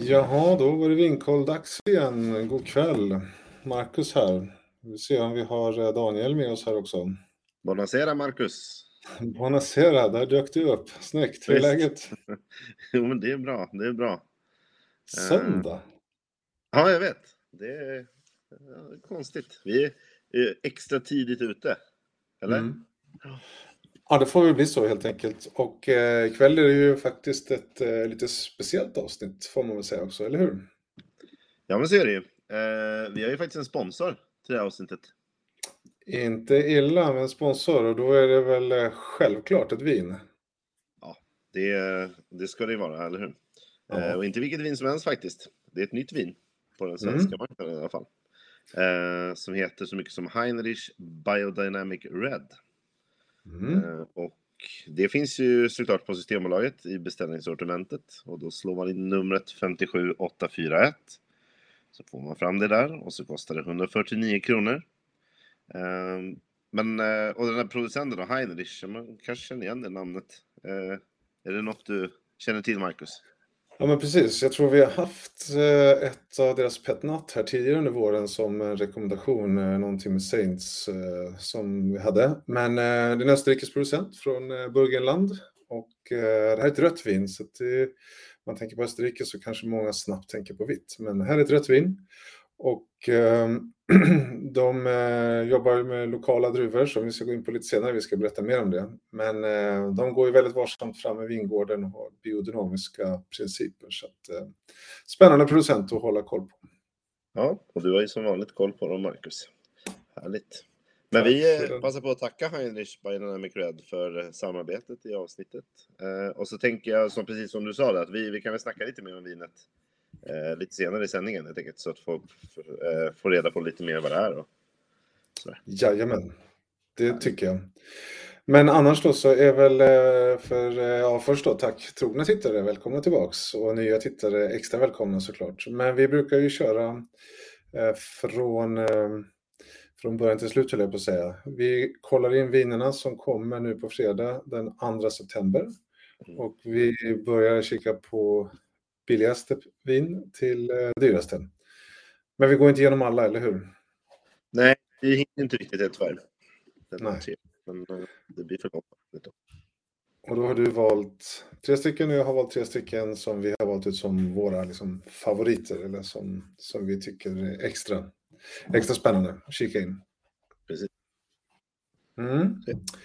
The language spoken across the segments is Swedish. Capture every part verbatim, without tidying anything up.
Jaha, då var det vinkoll-dags igen. God kväll. Marcus här. Vi ser om vi har Daniel med oss här också. Buonasera, Marcus. Buonasera, där dök du upp. Snyggt. Hur är Visst. läget? Jo, men det är bra. Det är bra. Söndag. Ja, jag vet. Det är ja, konstigt. Vi är är extra tidigt ute. Eller? Mm. Ja, det får väl bli så helt enkelt. Och eh, ikväll är det ju faktiskt ett eh, lite speciellt avsnitt, får man väl säga också, eller hur? Ja, men så är det ju. Eh, vi har ju faktiskt en sponsor till det här avsnittet. Inte illa med en sponsor, och då är det väl eh, självklart ett vin. Ja, det, det ska det ju vara, eller hur? Ja. Eh, och inte vilket vin som helst faktiskt. Det är ett nytt vin på den svenska Mm. marknaden i alla fall. Eh, som heter så mycket som Heinrich Biodynamic Red. Mm. Eh, och det finns ju såklart på Systembolaget i beställningssortimentet. Och då slår man in numret fem sju åtta fyra ett. Så får man fram det där och så kostar det hundrafyrtionio kronor. Eh, men, eh, och den här producenten då, Heinrich, man kanske känner igen det namnet. Eh, är det något du känner till, Marcus? Ja, men precis. Jag tror vi har haft eh, ett av deras petnat här tidigare under våren som en rekommendation, eh, någonting med Saints eh, som vi hade. Men eh, det är en österrikisk producent från eh, Burgenland och eh, det här är ett rött vin, så att det, man tänker på Österrike så kanske många snabbt tänker på vitt. Men här är ett rött vin och eh, de eh, jobbar med lokala druvor som vi ska gå in på lite senare, vi ska berätta mer om det. Men eh, de går ju väldigt varsamt fram med vingården och har biodynamiska principer. Så att, eh, spännande producent att hålla koll på. Ja, och du har ju som vanligt koll på dem, Marcus. Härligt. Men Tack vi för eh, den. passar på att tacka Heinrich Biodynamic Red för eh, samarbetet i avsnittet. Eh, och så tänker jag, som precis som du sa, där, att vi, vi kan väl snacka lite mer om vinet eh, lite senare i sändningen, helt enkelt, så att folk f- eh, får reda på lite mer vad det är. Och sådär. Jajamän, det tycker jag. Men annars då så är väl eh, för, eh, ja först då tack trogna tittare, välkomna tillbaks, och nya tittare extra välkomna såklart. Men vi brukar ju köra eh, från, eh, från början till slut, höll jag på att säga. Vi kollar in vinerna som kommer nu på fredag den andra september och vi börjar kika på billigaste vin till eh, dyraste. Men vi går inte igenom alla, eller hur? Nej, vi hinner inte riktigt det tyvärr. Den Nej. tre, men eh, det blir för långt. Och då har du valt tre stycken och jag har valt tre stycken som vi har valt ut som våra liksom, favoriter, eller som, som vi tycker är extra, extra spännande att kika in. Precis. Mm.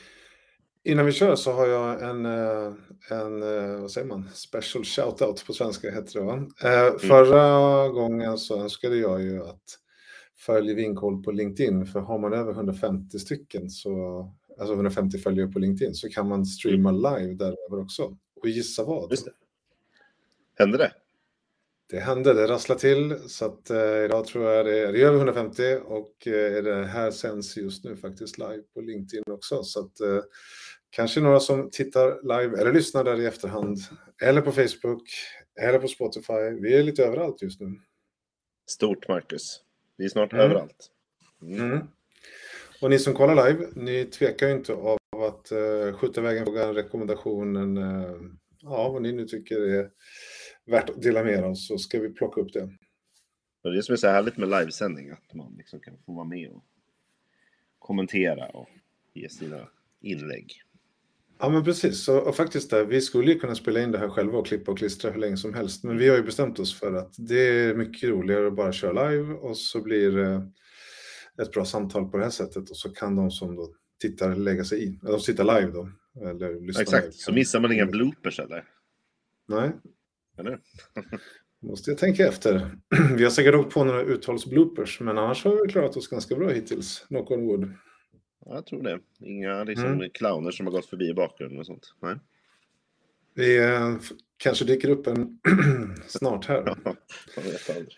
Innan vi kör så har jag en, eh, en eh, vad säger man, special shoutout på svenska heter det, va? Eh, förra gången så önskade jag ju att följa vinkoll på LinkedIn, för har man över hundrafemtio stycken så, alltså hundrafemtio följare på LinkedIn, så kan man streama live däröver också. Och gissa vad? Just det. Hände det? Det hände, det rasslade till, så att eh, idag tror jag det är, det är över hundrafemtio och eh, det här sänds just nu faktiskt live på LinkedIn också, så att eh, kanske några som tittar live eller lyssnar där i efterhand, eller på Facebook eller på Spotify. Vi är lite överallt just nu. Stort, Marcus. Vi är snart Mm. överallt. Mm. Mm. Och ni som kollar live, ni tvekar ju inte av att uh, skjuta iväg en fråga, en rekommendation, en, uh, ja, vad ni nu tycker är värt att dela med oss, så ska vi plocka upp det. Det är det som är så härligt med livesändning, att man liksom kan få vara med och kommentera och ge sina inlägg. Ja, men precis. Så, och faktiskt där, vi skulle ju kunna spela in det här själva och klippa och klistra hur länge som helst, men vi har ju bestämt oss för att det är mycket roligare att bara köra live, och så blir det ett bra samtal på det här sättet, och så kan de som då tittar lägga sig i. De sitter live då, eller lyssnar. Exakt, live, så missar man inga bloopers eller? Nej. Eller? Måste jag tänka efter. Vi har säkert åkt på några uttals-bloopers, men annars har vi klarat oss ganska bra hittills. Knock on wood. Ja, jag tror det. Inga liksom, Mm. clowner som har gått förbi i bakgrunden och sånt. Nej. Vi eh, kanske dyker upp en snart här. Ja, jag vet aldrig.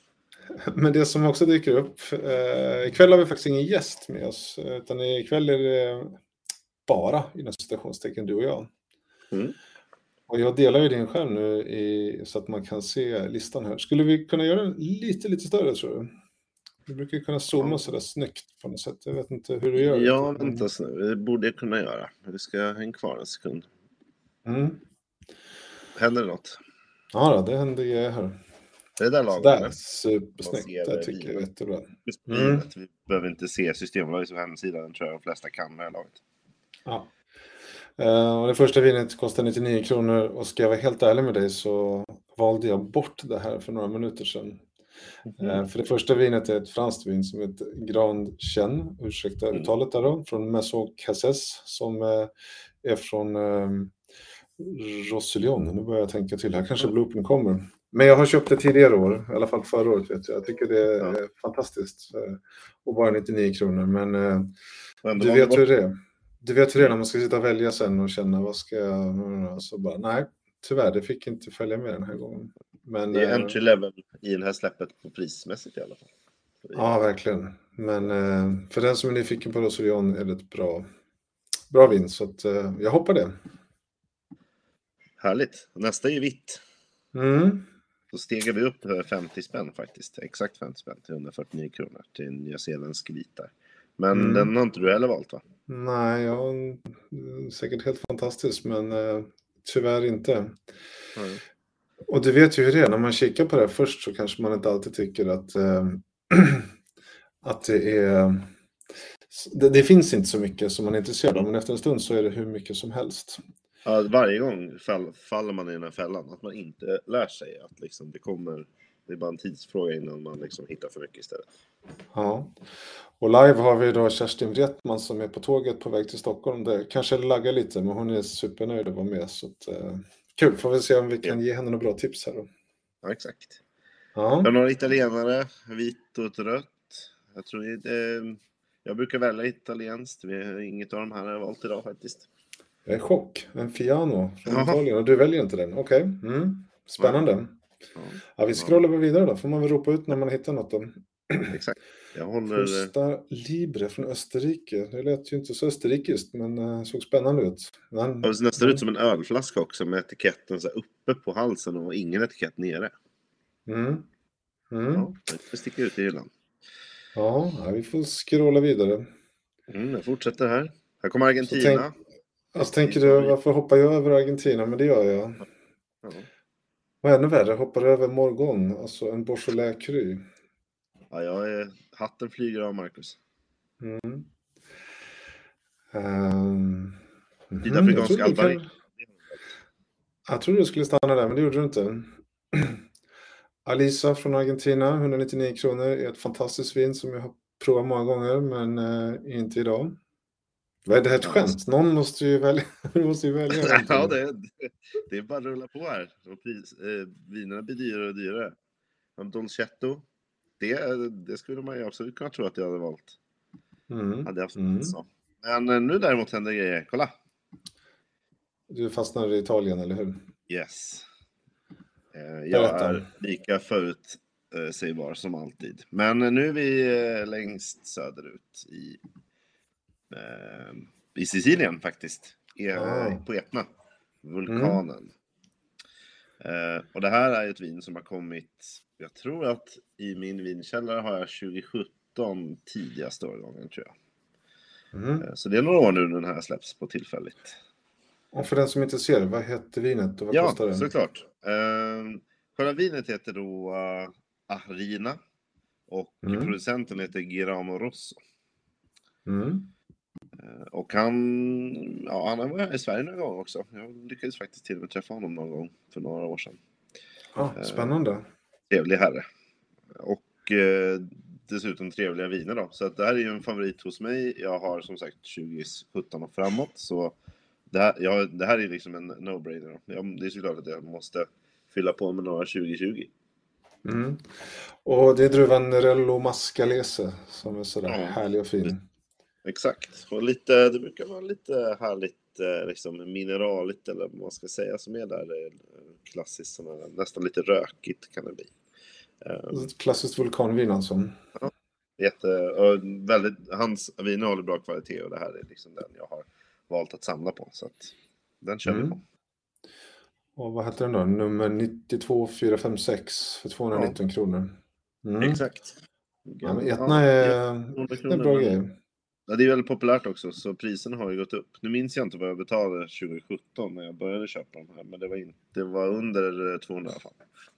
Men det som också dyker upp, eh, ikväll har vi faktiskt ingen gäst med oss, utan ikväll är det bara inom citationstecken du och jag. Mm. Och jag delar ju din skärm nu i, så att man kan se listan här. Skulle vi kunna göra den lite, lite större, tror du? Vi brukar kunna zooma Ja. sådär snyggt på något sätt. Jag vet inte hur du gör. Ja, riktigt, men- vänta nu. Det borde jag kunna göra. Det ska hänga kvar en sekund. Mm. Händer det något? Ja, då, det händer grejer här. Det är där Så lagom. där, eller? supersnyggt. Man ser Det det tycker jag är vinet. jättebra. Just Mm. vinet. Vi behöver inte se Systembolagets hemsida. Den tror jag de flesta kan med det här laget. Ja. Eh, och det första vinet kostar nittionio kronor och ska jag vara helt ärlig med dig så valde jag bort det här för några minuter sedan. Eh, för det första vinet är ett franskt vin som heter Grand Chêne, ursäkta Mm. uttalet där då, från Maison Casses som eh, är från eh, Roussillon. Nu börjar jag tänka till här, kanske bloopen kommer. Men jag har köpt det tidigare år, i alla fall förra året vet jag. Jag tycker det är Ja. fantastiskt. Eh, och bara nittionio kronor, men eh, Och ändå du valde vet bort- hur det är. Du vet hur det är Mm. när man ska sitta och välja sen och känna vad ska jag... Så bara, nej, tyvärr, det fick inte följa med den här gången. Men, Det är eh, entry level i den här släppet på prismässigt i alla fall. ja, verkligen. Men eh, för den som är nyfiken på Roussillon är det ett bra, bra vin. Så att, eh, jag hoppar det. Härligt. Nästa är ju vitt. Mm. Då stegar vi upp över femtio spänn faktiskt. Exakt femtio spänn till hundrafyrtionio kronor till en nyzeeländsk vit där. Men Mm. den har inte du heller valt va? Nej, ja, mm, säkert helt fantastiskt, men eh, tyvärr inte. Mm. Och du vet ju hur det är, när man kikar på det här först så kanske man inte alltid tycker att, eh, att det är... Det, det finns inte så mycket som man är intresserad av, men efter en stund så är det hur mycket som helst. Ja, varje gång fall, faller man i den här fällan. Att man inte lär sig att liksom det kommer... Det är bara en tidsfråga innan man liksom hittar för mycket istället. Ja. Och live har vi då Kerstin Wretman som är på tåget på väg till Stockholm. Det kanske laggar lite, men hon är supernöjd att vara med. Så att, eh, kul, får vi se om vi kan ge henne några bra tips här då. Ja, exakt. Ja. Jag har några italienare, vitt och ett rött. Jag tror det, jag brukar välja italienskt. Vi har inget av de här jag har valt idag faktiskt. Jag är i chock. En Fiano från Jaha. Italien och du väljer inte den. Okej, mm. Spännande. Ja, Ja, vi scrollar väl vidare då. Får man väl ropa ut när man hittar något då. exakt. Jag håller... Costa Libre från Österrike. Det lät ju inte så österrikiskt, men uh, såg spännande ut. Men, Det ser nästan ut som en ölflaska också med etiketten så här uppe på halsen och ingen etikett nere. Mm. Mm. Ja, det sticker ut i hyllan. Ja, ja, vi får scrolla vidare. Mm, jag fortsätter här. Här kommer Argentina. Så tänk, alltså, tänker du, varför hoppar jag över Argentina? Men det gör jag. Ja. Och ännu värre, hoppar över Morgon, alltså en Beaujolais Cru. Ja, jag är... Hatten flyger av, Marcus. Mm. Um, Sydafrikansk Albaric. Kan... Jag trodde du skulle stanna där, men det gjorde du inte. Alisa från Argentina, etthundranittionio kronor, är ett fantastiskt vin som jag har provat många gånger, men uh, inte idag. Vad är det här ett skämt? Någon måste ju välja. måste ju välja Ja, det är, det är bara att rulla på här. Och pris, eh, vinerna blir dyrare och dyrare. Men Dolcetto, det, det skulle man ju absolut kunna tro att jag hade valt. Mm. Hade jag haft Mm. så. Men eh, nu däremot händer grejer. Kolla! Du fastnar i Italien, eller hur? Yes. Eh, jag Berätta. är lika förutsägbar som alltid. Men eh, nu är vi eh, längst söderut i, eh, i Sicilien faktiskt. E- Ah. På Etna. Vulkanen. Mm. Eh, och det här är ett vin som har kommit, jag tror att i min vinkällare har jag tjugosjutton tidigaste årgången tror jag. Mm. Eh, så det är några år nu den här släpps på tillfälligt. Och för den som inte ser, vad heter vinet och vad Ja, kostar det? såklart. Eh, själva vinet heter då uh, Arina och Mm. producenten heter Giramo Rosso. Mm. Eh, och han, ja, han var här i Sverige någon gång också. Jag lyckades faktiskt till och med träffa honom någon gång för några år sedan. Ah, spännande. Eh, trevlig herre. Och eh, dessutom trevliga viner då. Så att det här är ju en favorit hos mig. Jag har som sagt tjugosjutton och framåt. Så det här, jag, det här är liksom en no-brainer. Jag, det är såklart att jag måste fylla på med några tjugo tjugo. Mm. Och det är druvan Nerello Mascalese som är sådär Ja. härlig och fin. Exakt. Och lite, det brukar vara lite härligt liksom mineraligt eller vad man ska säga som är där. Klassiskt, som är nästan lite rökigt kan det bli. Ett klassiskt vulkanvin alltså. Ja, jätte, och väldigt, hans viner håller bra kvalitet och det här är liksom den jag har valt att samla på. Så att den kör Mm. vi på. Och vad heter den då? Nummer nittiotvå fyra fem sex för tvåhundranitton kronor. Mm. Exakt. Ja, men Etna är en bra grej. Ja, det är väldigt populärt också, så priserna har ju gått upp. Nu minns jag inte vad jag betalade tjugosjutton när jag började köpa de här, men det var, inte, det var under tvåhundra i alla fall.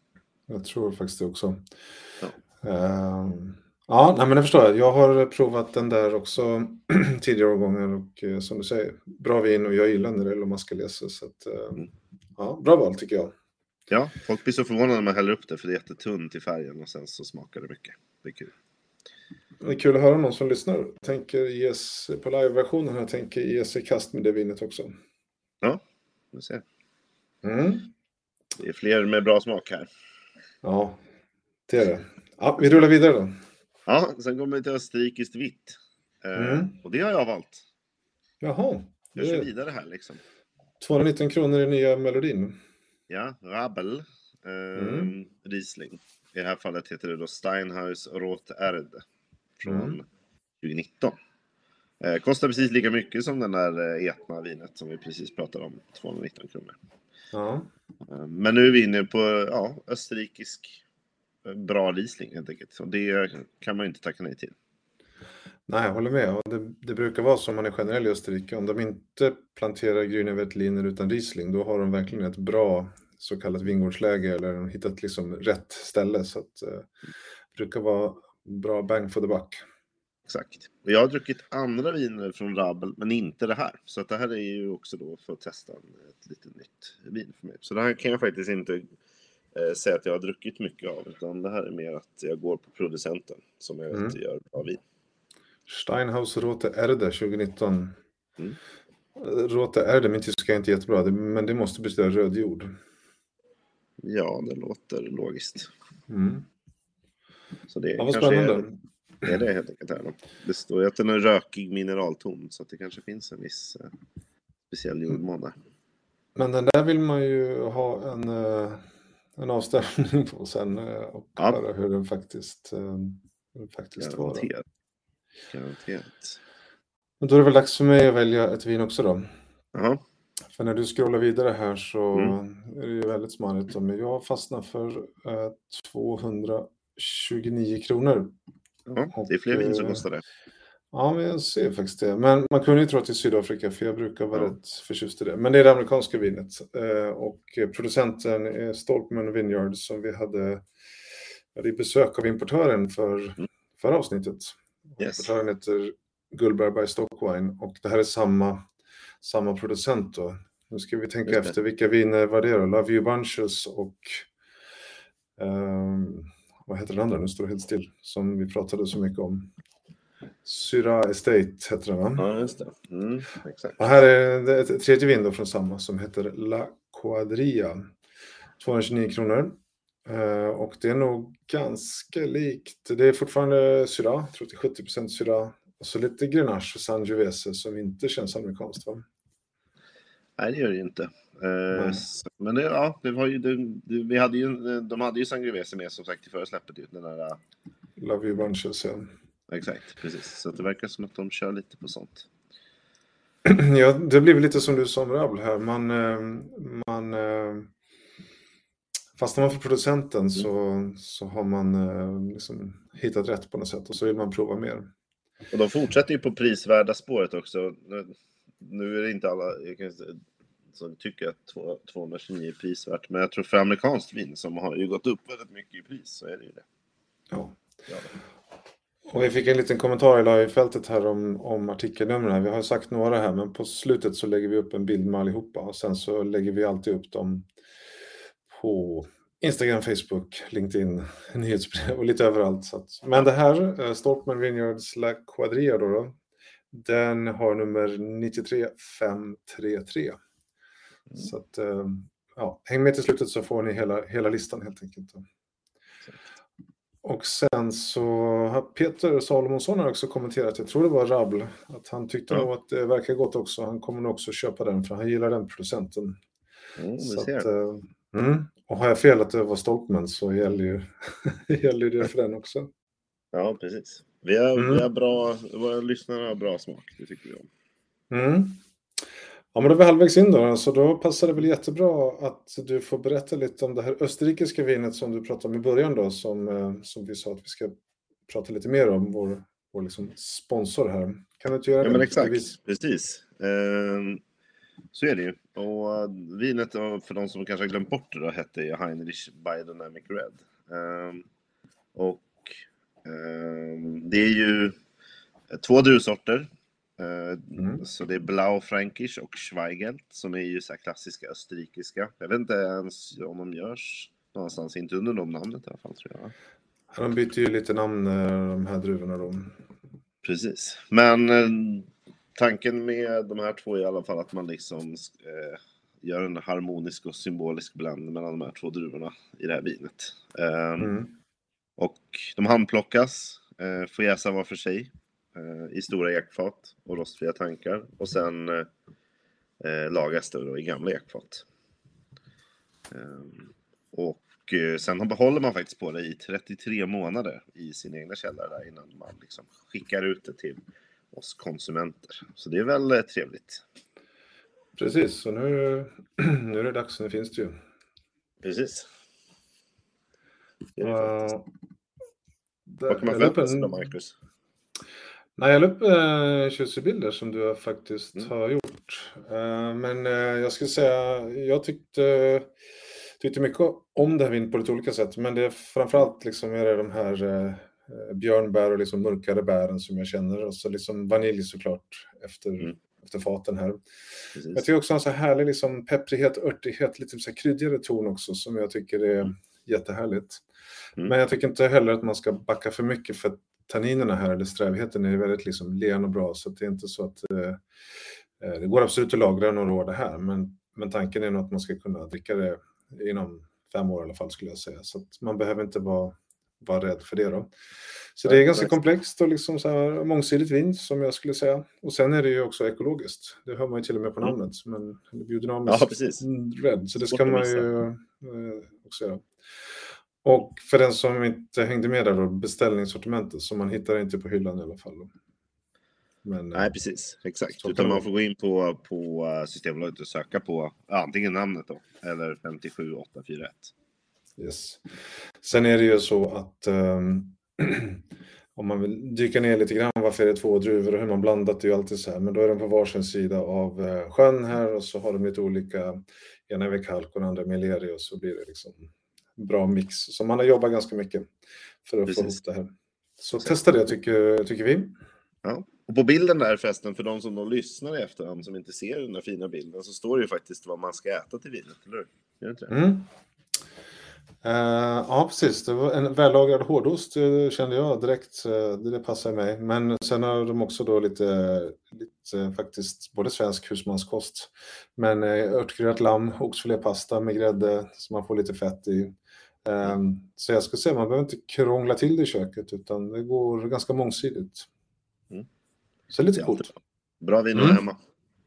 Jag tror faktiskt det också. Ja. Ehm, ja, nej, men jag förstår. Jag har provat den där också tidigare årgångar och eh, som du säger, bra vin och jag gillar när det är Mascalese. Så att, eh, Mm. ja, bra val tycker jag. Ja, folk blir så förvånade när man häller upp det för det är jättetunt i färgen och sen så smakar det mycket. Det är kul. Det är kul att höra någon som lyssnar. Tänker ge sig på live-versionen här, tänker ge sig i kast med det vinet också. Ja, du ser. Mm. Det är fler med bra smak här. Ja, det är det. Ja, vi rullar vidare då. Ja, sen kommer vi till österrikiskt vitt. Eh, Mm. Och det har jag valt. Jaha, Jag det kör är vidare här liksom. tvåhundranitton kronor i nya melodin. Ja, Rabel. Eh, Mm. Riesling. I det här fallet heter det då Steinhaus Rote Erde. Från Mm. tjugonitton. Eh, kostar precis lika mycket som den där eh, Etna-vinet som vi precis pratade om. tvåhundranitton kronor. Ja. Eh, men nu är vi inne på ja, österrikisk eh, bra Riesling helt enkelt. Och det kan man ju inte tacka nej till. Nej, jag håller med. Och det, det brukar vara så om man är generell i Österrike. Om de inte planterar Grüne Veltliner utan Riesling, då har de verkligen ett bra så kallat vingårdsläge eller de har hittat liksom rätt ställe. Så att eh, det brukar vara bra bang for the buck. Exakt. Och jag har druckit andra viner från Rabel, men inte det här. Så att det här är ju också då för att testa ett lite nytt vin för mig. Så det här kan jag faktiskt inte eh, säga att jag har druckit mycket av. Utan det här är mer att jag går på producenten som jag vet Mm. gör bra vin. Steinhaus Rote Erde tjugonitton. Mm. Rote Erde, min tyska är inte jättebra, det- men det måste betyda röd jord. Ja, det låter logiskt. Mm. Så det Ja, vad kanske är, spännande. är det helt enkelt här då. Det står ju att den är rökig mineralton. Så att det kanske finns en viss eh, speciell jordmån där. Men den där vill man ju ha en, eh, en avstämning på sen eh, och Ja. höra hur den faktiskt, eh, hur den faktiskt var. då. Garanterat. Garanterat. Men då är det väl dags för mig att välja ett vin också då. Jaha. För när du scrollar vidare här så Mm. är det ju väldigt smarrigt. då. Men jag fastnar för eh, tvåhundratjugonio kronor. Ja, det är fler vin som eh, kostar det. Ja, men jag ser faktiskt det. Men man kunde ju tro att det är Sydafrika, för jag brukar vara Ja. rätt förtjust i det. Men det är det amerikanska vinet. Eh, och producenten är Stolpman Vineyard som vi hade, hade besök av importören för Mm. förra avsnittet. Yes. Importören heter Gullberg by Stockwine och det här är samma, samma producent då. Nu ska vi tänka Just det. efter vilka viner var det då? Love You Bunches och ehm, vad heter den andra? Nu står det helt still. Som vi pratade så mycket om. Syrah Estate heter den va? Ja, just det. Mm, exakt. Och här är det ett tredje vin då från samma som heter La Quadrilla. tvåhundratjugonio kronor. Eh, och det är nog ganska likt. Det är fortfarande Syrah, jag tror att det är sjuttio procent Syrah. Och så lite Grenache och Sangiovese som inte känns amerikanskt va? Nej, det gör det ju inte. Eh, Nej. så- men det, ja, det var ju, det, det, vi hade ju, de hade ju Sangiovese med som sagt i förra släppet. Ju, den där, eh, Love You Bunches, ja. exakt, precis. Så det verkar som att de kör lite på sånt. Ja, det blir väl lite som du sa om Rabel här. Man, eh, man, eh, fastnar man för producenten så, så har man eh, liksom hittat rätt på något sätt och så vill man prova mer. Och de fortsätter ju på prisvärda spåret också. Nu, nu är det inte alla jag kan, säga, som tycker att två- tvåhundratjugonio är prisvärt. Men jag tror för amerikanskt vin som har ju gått upp väldigt mycket i pris så är det ju det. Ja. Ja, Och vi fick en liten kommentar i livefältet här om, om artikelnumren. Vi har sagt några här, men på slutet så lägger vi upp en bild med allihopa. Och sen så lägger vi alltid upp dem på Instagram, Facebook, LinkedIn, nyhetsbrev och lite överallt. Så att, men det här, eh, Stolpman Vineyards La Quadrilla då, då, den har nummer niotre fem tre tre. Så att, eh, ja, häng med till slutet så får ni hela, hela listan helt enkelt. Då. Och sen så har Peter Salomonsson har också kommenterat, jag tror det var Rabel, att han tyckte Ja. nog att det verkar gott också. Han kommer nog också köpa den för han gillar den producenten. Mm, vi Så ser. att, eh, mm. Och har jag fel att det var Stolpman så gäller ju gäller det för den också. Ja, precis. Vi har, Mm. vi har bra, våra lyssnare har bra smak, det tycker vi om. Mm. Ja, men då är vi halvvägs in då, så då passar det väl jättebra att du får berätta lite om det här österrikiska vinet som du pratade om i början då, som, eh, som vi sa att vi ska prata lite mer om, vår, vår liksom sponsor här. Kan du inte göra Ja, det? men exakt, Vis- precis. Ehm, Så är det ju. Och vinet, för de som kanske har glömt bort det då, hette ju Heinrich Biodynamic Red. Um, och um, det är ju två druvsorter. Uh, Mm. Så det är Blaufränkisch och Schweigelt som är ju så här klassiska österrikiska. Jag vet inte ens om de görs någonstans, inte under de namnet i alla fall, tror jag. Ja, de byter ju lite namn, de här druvorna då. Precis. Men eh, tanken med de här två är i alla fall att man liksom eh, gör en harmonisk och symbolisk bland mellan de här två druvorna i det här vinet. Eh, Mm. Och de handplockas, eh, får jäsa var för sig eh, i stora ekfat och rostfria tankar. Och sen eh, lagas det då i gamla ekfat. Eh, och sen behåller man faktiskt på det i trettiotre månader i sin egna källare där innan man liksom skickar ut det till oss konsumenter. Så det är väl trevligt. Precis, så nu, nu är det dags, nu finns det ju. Precis. Det är det Uh, faktiskt. där, Vad kan man förvänta sig då, Marcus? Nej, jag la upp uh, tjusiga som du faktiskt Mm. har gjort. Uh, men uh, jag skulle säga, jag tyckte... tyckte mycket om det här vinet på lite olika sätt, men det är framförallt liksom är det de här eh, björnbär och liksom mörkare bären som jag känner, och så liksom vanilj såklart efter, mm. efter faten här. Precis. Jag tycker också en så här härlig liksom pepprighet, örtighet, lite så här kryddigare ton också som jag tycker är mm. jättehärligt. Mm. Men jag tycker inte heller att man ska backa för mycket, för tanninerna här, eller strävheten är väldigt liksom len och bra, så det är inte så att eh, det går absolut att lagra några år det här, men, men tanken är nog att man ska kunna dricka det inom fem år i alla fall, skulle jag säga. Så att man behöver inte vara, vara rädd för det då. Så det är ganska komplext och liksom så här mångsidigt vin som jag skulle säga. Och sen är det ju också ekologiskt. Det hör man ju till och med på namnet. Men biodynamiskt ja, precis. red. Så det ska man ju eh, också göra. Och för den som inte hängde med där då, beställningssortimentet, som man hittar inte på hyllan i alla fall då. Men, nej, precis. Exakt. Utan man får gå in på, på Systembolaget och söka på antingen namnet då, eller femtiosju åttahundrafyrtioett. Yes. Sen är det ju så att um, om man vill dyka ner lite grann, varför är det två druvor och hur man blandat, det är ju alltid så här. Men då är de på varsin sida av uh, sjön här, och så har de lite olika, ena är kalk och den andra meleri, och så blir det liksom en bra mix. Så man har jobbat ganska mycket för att precis. få ihop det här. Så Exakt. Testa det, tycker, tycker vi. Ja. Och på bilden där förresten, för de som då lyssnar i efterhand som inte ser den här fina bilden, så står det ju faktiskt vad man ska äta till vinet, eller hur? Gör det inte det? Mm. Uh, ja, precis. Det var en vällagrad hårdost, det kände jag direkt. Det, det passar mig. Men sen har de också då lite, lite faktiskt både svensk husmanskost. Men uh, örtgröt lamm, oxfilépasta med grädde så man får lite fett i. Um, så jag ska säga, man behöver inte krångla till det i köket, utan det går ganska mångsidigt. Mm. Så lite coolt. Bra vin mm. hemma.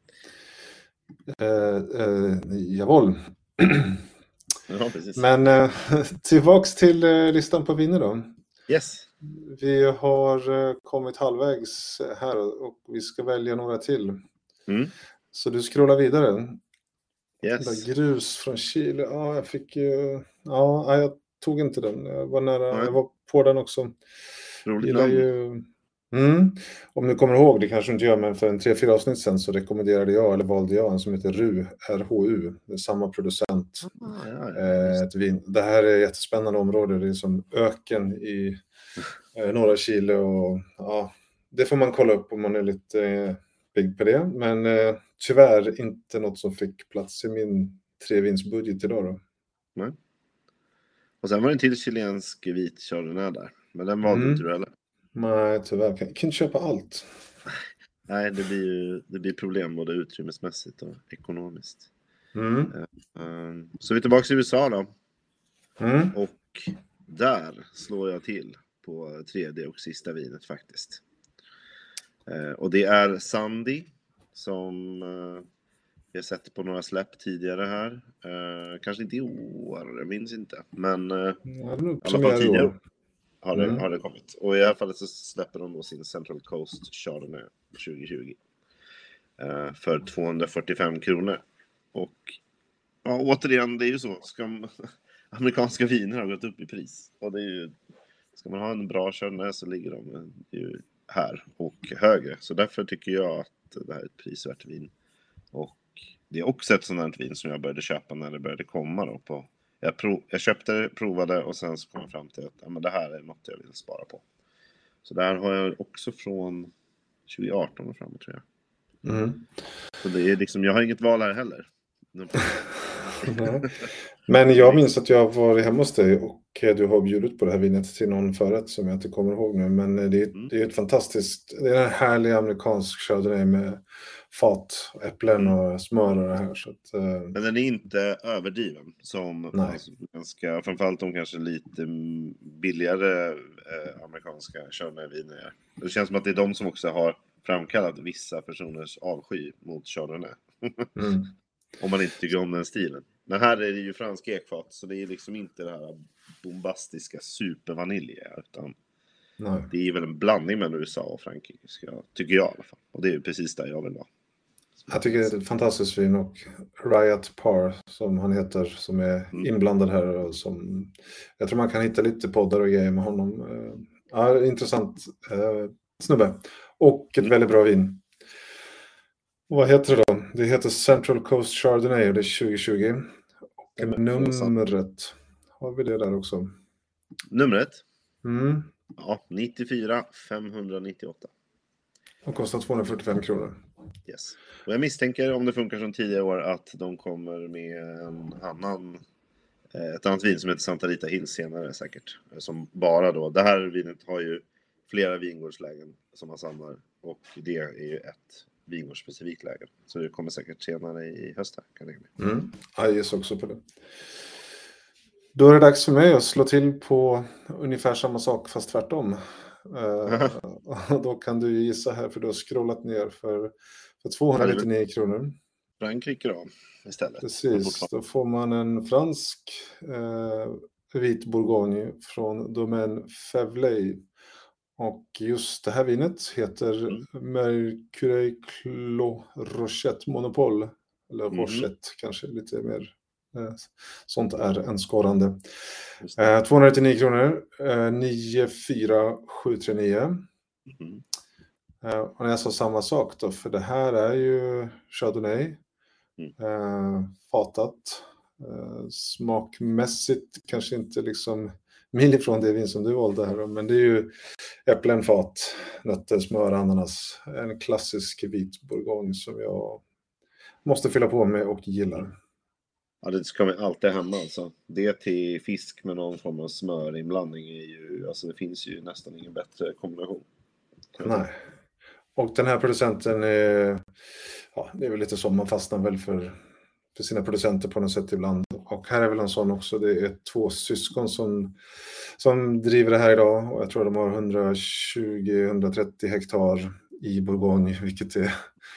Uh, uh, jawohl. Ja, precis. Men eh, tillbaks till eh, listan på viner då. Yes. Vi har eh, kommit halvvägs här och vi ska välja några till. Mm. Så du scrollar vidare. Yes. Grus från Chile. Ja, jag fick ju... Ja, jag tog inte den. Jag var nära. Nej. Jag var på den också. Roligt gillar namn. ju... Mm. Om du kommer ihåg, det kanske inte gör, men för en tre fyra avsnitt sen så rekommenderade jag, eller valde jag en som heter R U, R H U, det är samma producent. Ah, ja, ja, ett vin. Det här är ett jättespännande område, det är som öken i eh, norra Chile, och ja, det får man kolla upp om man är lite eh, big på det, men eh, tyvärr inte något som fick plats i min trevinsbudget idag då. Nej. Och sen var det en till chilensk vit chardonnay där, men den valde mm. inte du eller? Nej, tyvärr. Jag kan inte köpa allt. Nej, det blir ju det blir problem både utrymmesmässigt och ekonomiskt. Mm. Så vi är tillbaka i U S A då. Mm. Och där slår jag till på tredje och sista vinet faktiskt. Och det är Sandy som vi har sett på några släpp tidigare här. Kanske inte i år, jag minns inte. Men ja, i alla fall tidigare. Har det, mm. har det kommit. Och i alla fall så släpper de då sin Central Coast Chardonnay tjugo tjugo. Uh, för tvåhundrafyrtiofem kronor. Och ja, återigen, det är ju så. Ska, amerikanska viner har gått upp i pris. Och det är ju, ska man ha en bra Chardonnay så ligger de ju här och högre. Så därför tycker jag att det här är ett prisvärt vin. Och det är också ett sånt här vin som jag började köpa när det började komma då på. Jag, prov, jag köpte, provade och sen så kom jag fram till att ja, men det här är något jag vill spara på. Så där har jag också från tjugo arton och framåt, tror jag. Mm. Så det är liksom, jag har inget val här heller. Men jag minns att jag var hemma hos dig och du har bjudit på det här vinet till någon förrätt som jag inte kommer ihåg nu. Men det är, mm. det är ett fantastiskt, det är en härlig amerikansk chardonnay med fat, äpplen och smör och det här. Så att, uh... Men den är inte överdriven som alltså, ganska, framförallt de kanske lite billigare eh, amerikanska chardonnay-viner är. Det känns som att det är de som också har framkallat vissa personers avsky mot chardonnay. Mm. Om man inte tycker om den stilen. Men här är det ju fransk ekfat, så det är liksom inte det här bombastiska supervanilja, utan Nej. det är väl en blandning mellan U S A och Frankrike, tycker jag i alla fall. Och det är ju precis där jag vill vara. Jag tycker det är ett fantastiskt vin, och Riot Par som han heter, som är mm. inblandad här, och som jag tror man kan hitta lite poddar och grejer med honom. Ja, intressant eh, snubbe. Och ett mm. väldigt bra vin. Och vad heter det då? Det heter Central Coast Chardonnay och det är tjugo tjugo. Och mm. numret, har vi det där också? Numret? Mm. Ja, nittiofyra femhundranittioåtta. Och kostar tvåhundrafyrtiofem kronor. Yes. Och jag misstänker, om det funkar som tidigare år, att de kommer med en annan, ett annat vin som heter Santa Rita Hills senare säkert. Som bara då, det här vinet har ju flera vingårdslägen som man samlar, och det är ju ett vingårdsspecifikt läge. Så det kommer säkert senare i höst här, kan jag tänka mig. Mm. Jag ges också på det. Då är det dags för mig att slå till på ungefär samma sak fast tvärtom. Uh, då kan du gissa här, för du har scrollat ner för, för tvåhundranittionio kronor. Frankrike då istället. Precis, då får man en fransk uh, vit bourgogne från Domaine Fèvley. Och just det här vinet heter mm. Mercure Clos Rochette Monopole. Eller mm. Rochette kanske lite mer. Eh, sånt är en skorrande. Eh, tvåhundranittionio kronor. Eh, nio fyra sju tre nio. Mm. Eh, och när jag sa samma sak då. För det här är ju Chardonnay. Mm. Eh, fatat. Eh, smakmässigt kanske inte liksom mil ifrån det vin som du valde här. Men det är ju äpplen, fat, nötter, smör, ananas. En klassisk vit bourgogne som jag måste fylla på med och gillar. Ja, det ska vi alltid hemma alltså. Det till fisk med någon form av smörinblandning är ju, alltså det finns ju nästan ingen bättre kombination. Nej. Och den här producenten är, ja, det är väl lite som man fastnar väl för, för sina producenter på något sätt ibland. Och här är väl en sån också, det är två syskon som, som driver det här idag. Och jag tror de har hundratjugo till hundratrettio hektar i Bourgogne, vilket är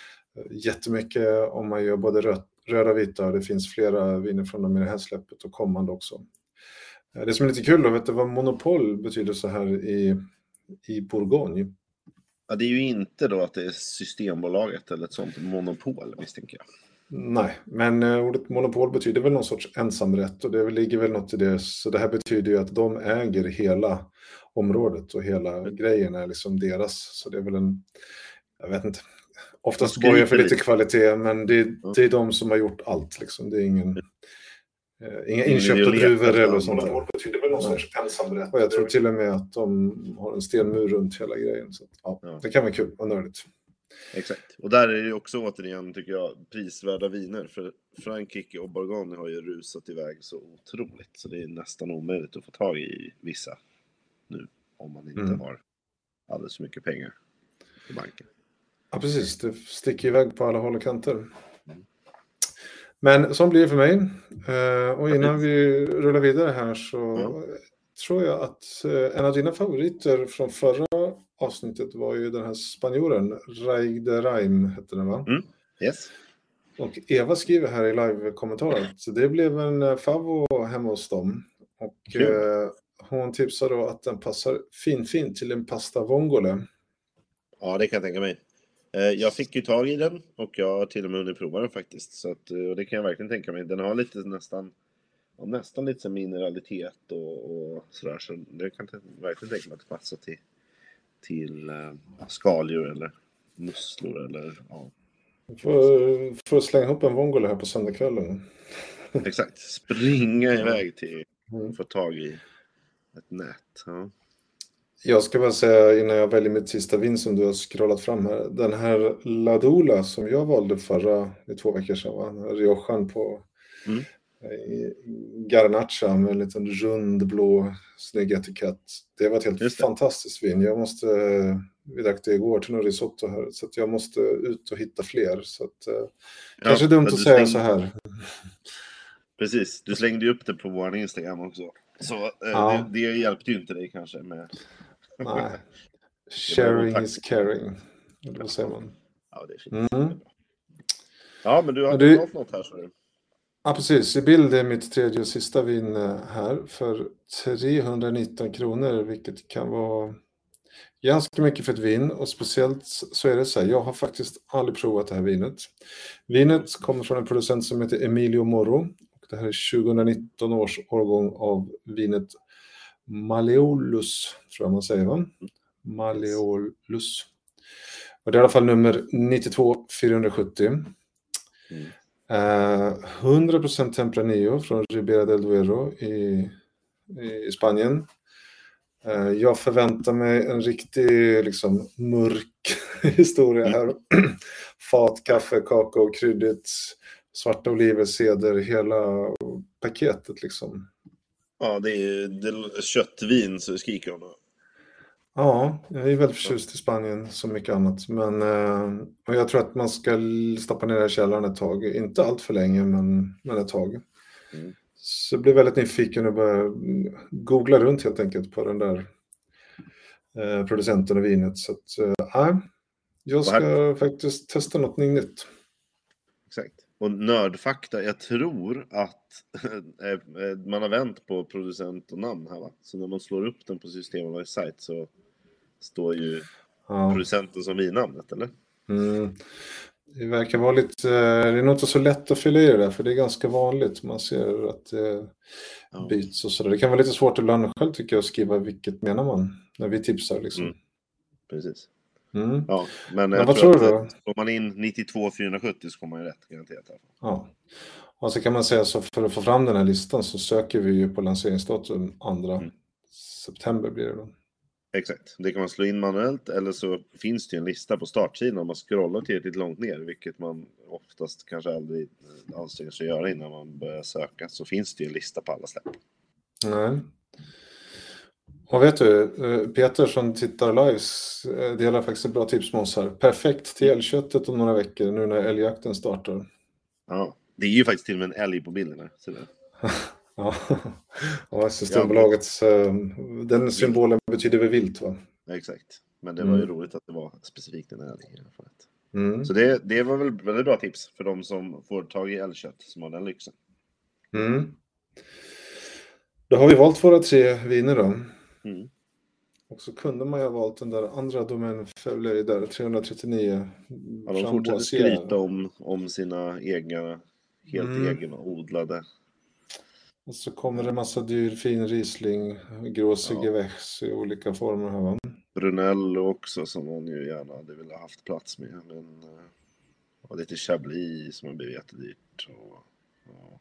jättemycket om man gör både rött, röda och vita. Det finns flera viner från dem i det här släppet och kommande också. Det som är lite kul då, vet du vad monopol betyder så här i, i Bourgogne? Ja, det är ju inte då att det är Systembolaget eller ett sånt monopol, misstänker jag. Nej, men ordet monopol betyder väl någon sorts ensamrätt, och det ligger väl något i det. Så det här betyder ju att de äger hela området och hela mm. grejen är liksom deras. Så det är väl en, jag vet inte, oftast borgar för lite kvalitet, men det, mm. det är de som har gjort allt liksom. Det är ingen, mm. eh, inga inköpta druvor eller sånt där. Monopol betyder väl någon sorts ensamrätt. Och jag tror till och med att de har en stenmur runt hela grejen. Så ja, ja. Det kan vara kul och nördigt. Exakt. Och där är det också återigen, tycker jag, prisvärda viner. För Frankrike och Bourgogne har ju rusat iväg så otroligt. Så det är nästan omöjligt att få tag i vissa nu. Om man inte mm. har alldeles för mycket pengar på banken. Ja, precis. Det sticker iväg på alla håll och kanter. Mm. Men som blir det för mig. Och innan vi rullar vidare här så ja. tror jag att en av dina favoriter från förra avsnittet var ju den här spanjoren, Raig de Reim hette den, va? Mm. Yes. Och Eva skriver här i live-kommentaren så det blev en favvo hemma hos dem. Och eh, hon tipsar då att den passar fin-fin till en pasta vongole. Ja, det kan jag tänka mig. Jag fick ju tag i den och jag har till och med hunnit prova den faktiskt. Så att, och det kan jag verkligen tänka mig. Den har lite nästan, nästan lite mineralitet och, och sådär. Så det kan jag verkligen tänka mig att det passar till till uh, skaldjur eller musslor eller ja, Får, får slänga ihop en Vongole här på söndagskvällen. Exakt. Springa iväg till Mm. få tag i ett nät. Ja. Jag ska bara säga innan jag väljer mitt sista vin som du har scrollat fram här. Den här Ladula som jag valde förra, i två veckor sedan, va? Riojan på Mm. i Garnacha med en liten rund blå snygg etikett. Det var ett helt Just det. fantastiskt vin. Jag måste, vi drack det igår till någon risotto här, så att jag måste ut och hitta fler. Så att, eh, kanske dumt men att du säga slängde- så här. Precis, du slängde ju upp det på vår Instagram också. Så eh, Ja. det, det hjälpte ju inte dig kanske med... Nej. Sharing tack. is caring. Eller vad säger man? Ja, det är fint. Mm. Det är bra. Ja, men du Men hade du- valt något här, så du. Ja, precis. I bild är mitt tredje och sista vin eh, här för trehundranitton kronor, vilket kan vara ganska mycket för ett vin. Och speciellt så är det så här, jag har faktiskt aldrig provat det här vinet. Vinet kommer från en producent som heter Emilio Moro. Och det här är tjugonitton års årgång av vinet Malleolus, tror jag man säger, va? Malleolus. Och det är i alla fall nummer nittiotvå fyrahundrasjuttio. Mm. Eh, hundra procent Tempranillo från Ribera del Duero i, i Spanien. Eh, jag förväntar mig en riktig liksom, mörk historia här. Fat, kaffe, kakao, kryddigt, svarta oliver, ceder, hela paketet liksom. Ja, det är, det är köttvin så det skriker om det. Ja, jag är väldigt förtjust i Spanien som mycket annat. Men eh, och jag tror att man ska stoppa ner det i källaren ett tag. Inte allt för länge, men, men ett tag. Mm. Så jag blir väldigt nyfiken och börjar googla runt helt enkelt på den där eh, producenten av vinet. Så att, eh, jag ska faktiskt testa något nytt. Exakt. Och nördfakta, jag tror att man har vänt på producent och namn här, va? Så när man slår upp den på Systembolagets sajt så står ju Ja. producenten som vinamnet, eller? Mm. Det verkar vara lite, det är nog inte så lätt att fylla i det där, för det är ganska vanligt. Man ser att det Ja. byts och sådär. Det kan vara lite svårt ibland själv tycker jag att skriva vilket menar man när vi tipsar liksom. Mm. Precis. Mm. Ja, men, Men jag vad tror tror du att då? slår man in nittiotvå fyrahundrasjuttio så kommer man ju rätt garanterat. Här. Ja. Och så kan man säga så för att få fram den här listan så söker vi ju på lanseringsdatum andra Mm. september blir det då. Exakt, det kan man slå in manuellt eller så finns det ju en lista på startsidan om man scrollar tillräckligt långt ner, vilket man oftast kanske aldrig anstränger sig att göra innan man börjar söka, så finns det ju en lista på alla släpp. Nej. Och vet du, Peter som tittar live delar faktiskt ett bra tips med oss här. Perfekt till älgköttet om några veckor nu när älgjakten startar. Ja, det är ju faktiskt till och med en älg på bilden här. Så det... Ja, ja Systembolagets, den symbolen betyder väl vilt, va? Exakt, men det var ju Mm. roligt att det var specifikt en älg i alla fall. Mm. Så det, det var väl väldigt bra tips för de som får tag i älgkött som har den lyxen. Mm. Då har vi valt våra tre viner då. Mm. Och så kunde man ju ha valt den där andra Domaine Feuillée där, trehundratrettionio. Ja, de fortsätter skryta om, om sina egna, helt Mm. egna odlade. Och så kommer det massa dyr fin Riesling, Gros Ja. Gewächs i olika former här, va? Brunello också som man ju gärna hade velat haft plats med. Men, och lite Chablis som har blivit jättedyrt. Och, ja.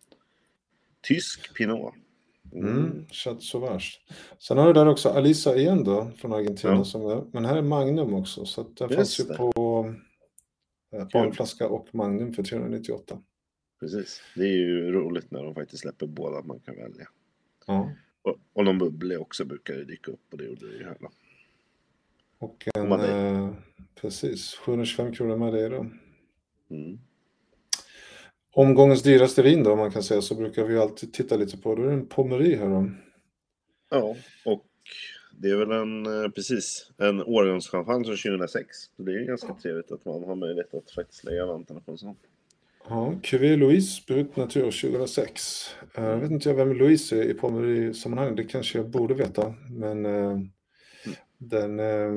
Tysk Pinot. Mm, Mm. Chat Sauvage. Sen har du där också Alisa igen då, från Argentina. Ja. Som är, men här är Magnum också. Så att den Just fanns ju det. på eh, barnflaska och Magnum för trehundranittioåtta. Precis. Det är ju roligt när de faktiskt släpper båda man kan välja. Ja. Och, och de bubbliga också brukar ju dyka upp och det gjorde det ju här då. Och en, Madeira. eh, precis, sjuhundratjugofem kronor Madeira. Mm. Omgångens dyraste vin då, om man kan säga, så brukar vi alltid titta lite på. Då är det en Pommery här då. Ja, och det är väl en, eh, precis, en årgångschampagne från tjugohundrasex. Så det är ju ganska trevligt att man har möjlighet att faktiskt lägga vantarna på en sån. Ja, Cuvée Louise, Brut Natur tjugohundrasex. Jag uh, vet inte jag vem Louise är i Pommery-sammanhang, det kanske jag borde veta. Men uh, mm. den, uh,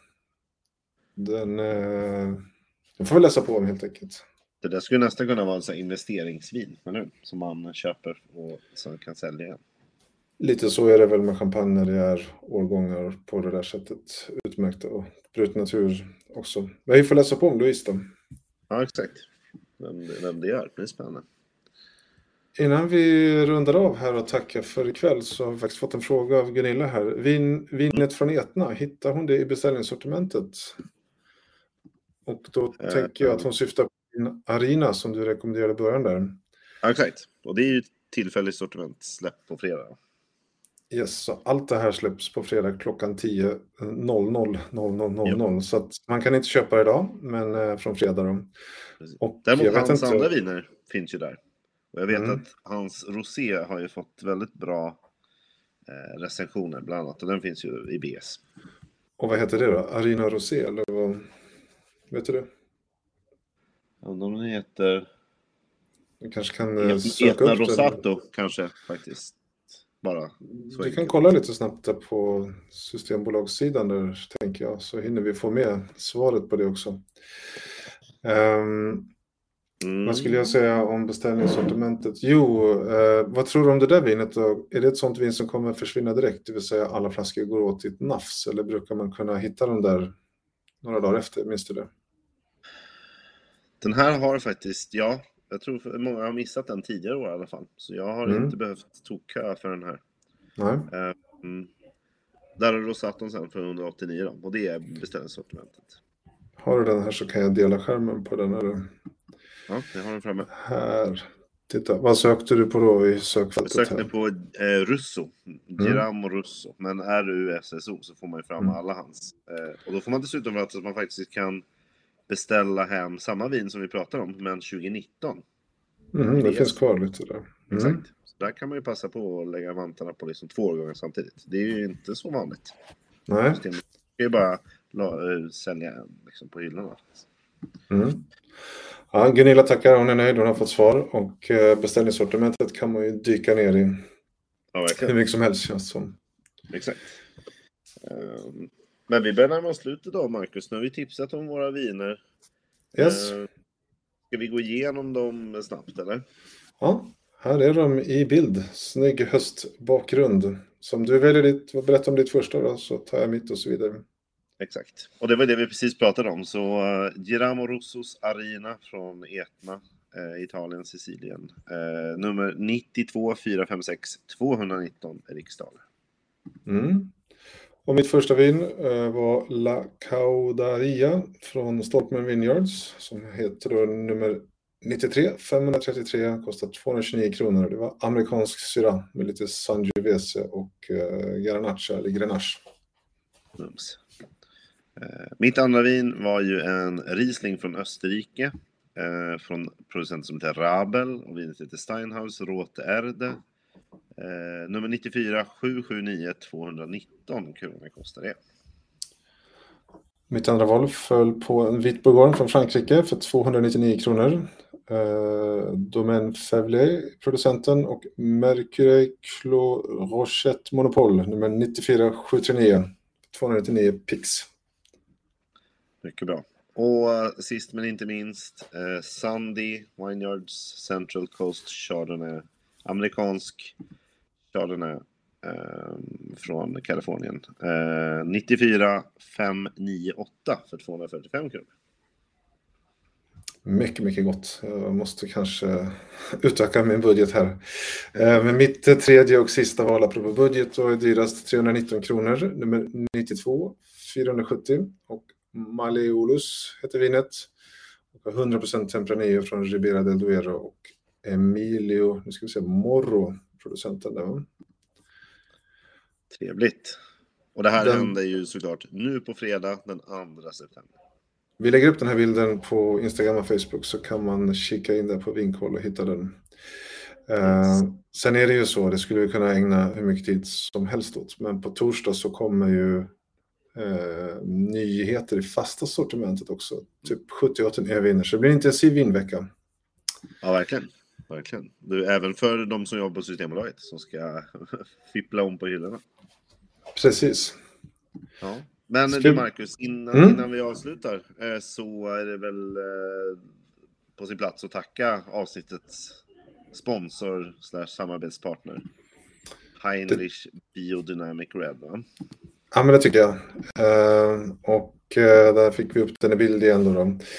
den, uh, den får vi läsa på om helt enkelt. Det där skulle nästan kunna vara en sån här investeringsvin, eller? Som man köper och sen kan sälja igen. Lite så är det väl med champagne när det är årgångar på det där sättet utmärkta och Brut Natur också. Men vi får läsa på om Louise då. Ja, exakt. Vem, vem det är, det är spännande. Innan vi rundar av här och tackar för ikväll så har vi faktiskt fått en fråga av Gunilla här. Vin, vinet från Etna, hittar hon det i beställningssortimentet? Och då Eh, tänker jag att hon syftar på din Arina som du rekommenderade i början där. Ja, exakt. Och det är ju tillfälligt sortiment släpp på fredag. Yes, så allt det här släpps på fredag klockan tio noll noll noll noll noll noll. Så att man kan inte köpa det idag, men eh, från fredag då. Och Däremot jag vet hans inte- andra viner finns ju där. Och jag vet Mm. att hans rosé har ju fått väldigt bra eh, recensioner bland annat. Och den finns ju i B S. Och vad heter det då? Arina Rosé eller vad? Vet du det? Jag undrar om den heter Du kanske kan eh, Et- söka Etna upp den. Rosato kanske faktiskt. Bara så Du enkelt. kan kolla lite snabbt där på Systembolagssidan där, tänker jag, så hinner vi få med svaret på det också. Ehm, Mm. Vad skulle jag säga om beställningssortimentet? Jo, eh, vad tror du om det där vinet då? Är det ett sånt vin som kommer försvinna direkt? Det vill säga alla flaskor går åt i ett nafs, eller brukar man kunna hitta dem där några dagar efter? Minns du det? Den här har faktiskt, ja, jag tror för många har missat den tidigare år i alla fall. Så jag har Mm. inte behövt tokkö för den här. Nej. Mm. Där har Rosaton sen för hundraåttionio då, och det är beställningssortimentet. Har du den här så kan jag dela skärmen på den här. Ja, det har den framme. Här. Titta, vad sökte du på då i Jag sökfältet sökte här? på eh, Russo, Giramo Russo, men R U S S O så får man ju fram Mm. alla hans. Eh, och då får man dessutom veta att man faktiskt kan beställa hem samma vin som vi pratar om, men tjugonitton. Mm, det det är- finns kvar lite där. Mm. Exakt. Så där kan man ju passa på att lägga vantarna på liksom två årgångar samtidigt. Det är ju inte så vanligt. Nej. Det är ju bara la, eh, sälja en liksom på hyllorna. Mm. Ja, Gunilla tackar, hon är nöjd, hon har fått svar och eh, beställningssortimentet kan man ju dyka ner i Ja, hur verkligen. mycket som helst, känns som. Exakt. Ehm, men vi börjar närma oss slutet då, Marcus. Nu har vi tipsat om våra viner. Yes. Ehm, ska vi gå igenom dem snabbt, eller? Ja, här är de i bild. Snygg höstbakgrund. Som du väljer ditt, berätta om ditt första då, så tar jag mitt och så vidare. Exakt. Och det var det vi precis pratade om. Så uh, Giramo Rossos Arina från Etna, uh, Italien, Sicilien. Uh, nummer nittiotvå fyra fem sex tvåhundranitton Riksdal. Mm. Och mitt första vin eh, var La Caudaria från Stolpman Vineyards som heter då nummer nittiotre femhundratrettiotre, kostar tvåhundratjugonio kronor. Det var amerikansk syra med lite Sangiovese och eh, Garnacha eller Grenache. Mums. Uh, mitt andra vin var ju en Riesling från Österrike. Uh, från producenten som heter Rabel. Och vinet heter Steinhaus Rote Erde. Uh, nummer nittiofyra sju sju nio tvåhundranitton kronor kostar det. Mitt andra val föll på en vit bourgogne från Frankrike för tvåhundranittionio kronor. Eh, Domaine Faiveley, producenten, och Mercury Clos Rochette Monopol, nummer nittiofyra sju trettionio, tvåhundranittionio pix. Mycket bra. Och uh, sist men inte minst, uh, Sandy Vineyards Central Coast Chardonnay. Amerikansk Chardonnay uh, från Kalifornien. Uh, nittiofyra fem nittioåtta för tvåhundrafyrtiofem kronor. Mycket, mycket gott. Jag måste kanske utöka min budget här. Eh, Men mitt tredje och sista val apropå budget då är dyrast trehundranitton kronor, nummer nittiotvå fyrahundrasjuttio, och Maleolus heter vinet. Och hundra procent Tempranillo från Ribera del Duero och Emilio, nu ska vi se, Morro, producenten där, va? Trevligt. Och det här Den- händer ju såklart nu på fredag den andra september. Vi lägger upp den här bilden på Instagram och Facebook så kan man kika in där på Vinkoll och hitta den. Eh, sen är det ju så, det skulle vi kunna ägna hur mycket tid som helst åt, men på torsdag så kommer ju eh, nyheter i fasta sortimentet också, typ sjuttio åttio nya viner, så det blir en intensiv vinvecka. Ja, verkligen. Verkligen. Du, även för de som jobbar på Systembolaget som ska fippla om på hyllorna. Precis. Ja. Men Ska- du Marcus, innan, Mm. innan vi avslutar eh, så är det väl eh, på sin plats att tacka avsnittets sponsor slash samarbetspartner Heinrich Biodynamic Red, va? Ja, men det tycker jag. Eh, och eh, där fick vi upp den i bild igen då. då.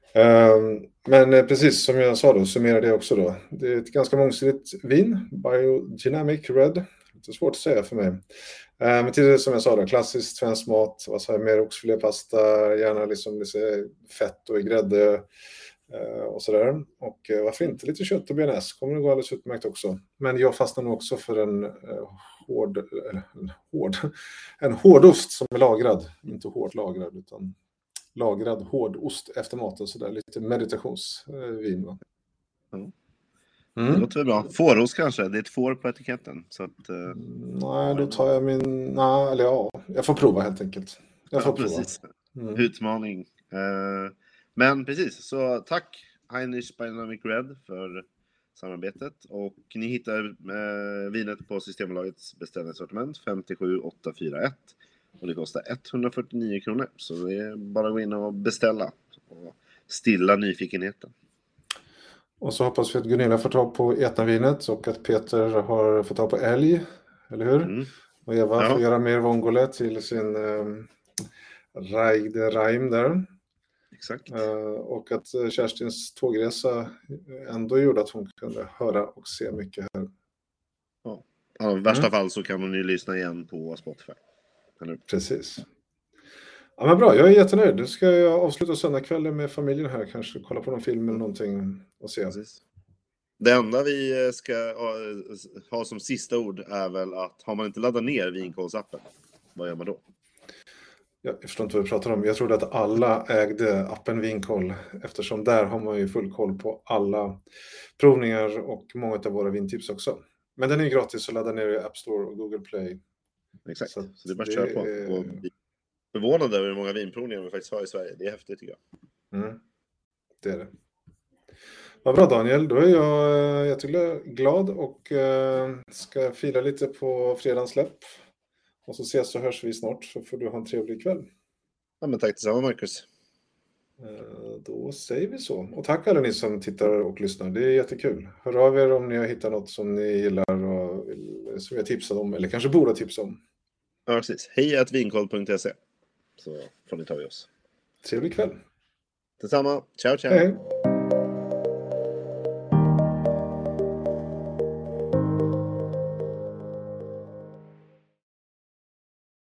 Ehm, Men eh, precis som jag sa då, summerar det också då. Det är ett ganska mångsidigt vin, Biodynamic Red. Lite svårt att säga för mig. Eh, Men till det som jag sa då, klassisk svensk mat, vad sa jag, mer oxfilépasta, gärna liksom lite fett och i grädde eh, och sådär. Och eh, varför inte lite kött och bearnaise, kommer det gå alldeles utmärkt också. Men jag fastnar nog också för en eh, hård, eller, en hård, en hårdost som är lagrad, inte hårt lagrad utan lagrad hårdost efter maten, sådär lite meditationsvin. Va? Ja. Mm. Det låter väl bra. Fårost kanske, det är ett får på etiketten. Så att, eh, Nej, då tar jag min... Nej, eller ja, jag får prova helt enkelt. Jag får ja, prova. precis. Mm. Utmaning. Eh, men precis, så tack Heinrich Biodynamic Red för samarbetet. Och ni hittar eh, vinet på Systembolagets beställningssortiment femtiosju åttahundrafyrtioett. Och det kostar etthundrafyrtionio kronor. Så det är bara att gå in och beställa och stilla nyfikenheten. Och så hoppas vi att Gunilla får tag på etnavinet och att Peter har fått tag på älg, eller hur? Mm. Och Eva Ja. får göra mer vongole till sin eh, Raig de Raim där. Exakt. Uh, och att uh, Kerstins tågresa ändå gjorde att hon kunde höra och se mycket här. Ja. Ja, i värsta Mm. fall så kan hon ju lyssna igen på Spotify. Eller? Precis. Ja, men bra, jag är jättenöjd. Nu ska jag avsluta söndagskvällen med familjen här. Kanske kolla på någon film eller någonting och se. Precis. Det enda vi ska ha, ha som sista ord är väl att har man inte laddat ner Vinkolsappen, vad gör man då? Jag förstår inte vad vi pratar om. Jag trodde att alla ägde appen Vinkoll, eftersom där har man ju full koll på alla provningar och många av våra vintips också. Men den är gratis att ladda ner i App Store och Google Play. Exakt, så, så det är bara att det köra på. är... Och vi är förvånade över hur många vinprovningar vi faktiskt har i Sverige. Det är häftigt tycker jag. Mm, det är det. Vad bra Daniel, då är jag jätteglad och uh, ska fila lite på fredagens släpp. Och så ses och hörs vi snart, så får du ha en trevlig kväll. Ja, men tack detsamma Marcus. Uh, då säger vi så. Och tack alla ni som tittar och lyssnar, det är jättekul. Hör av er om ni har hittat något som ni gillar och vill, som jag tipsar om, eller kanske borde tipsa om. Ja, precis. Hej at vinkoll punkt se så får ni ta i oss. Trevlig kväll. Detsamma. Ciao, ciao. Hej.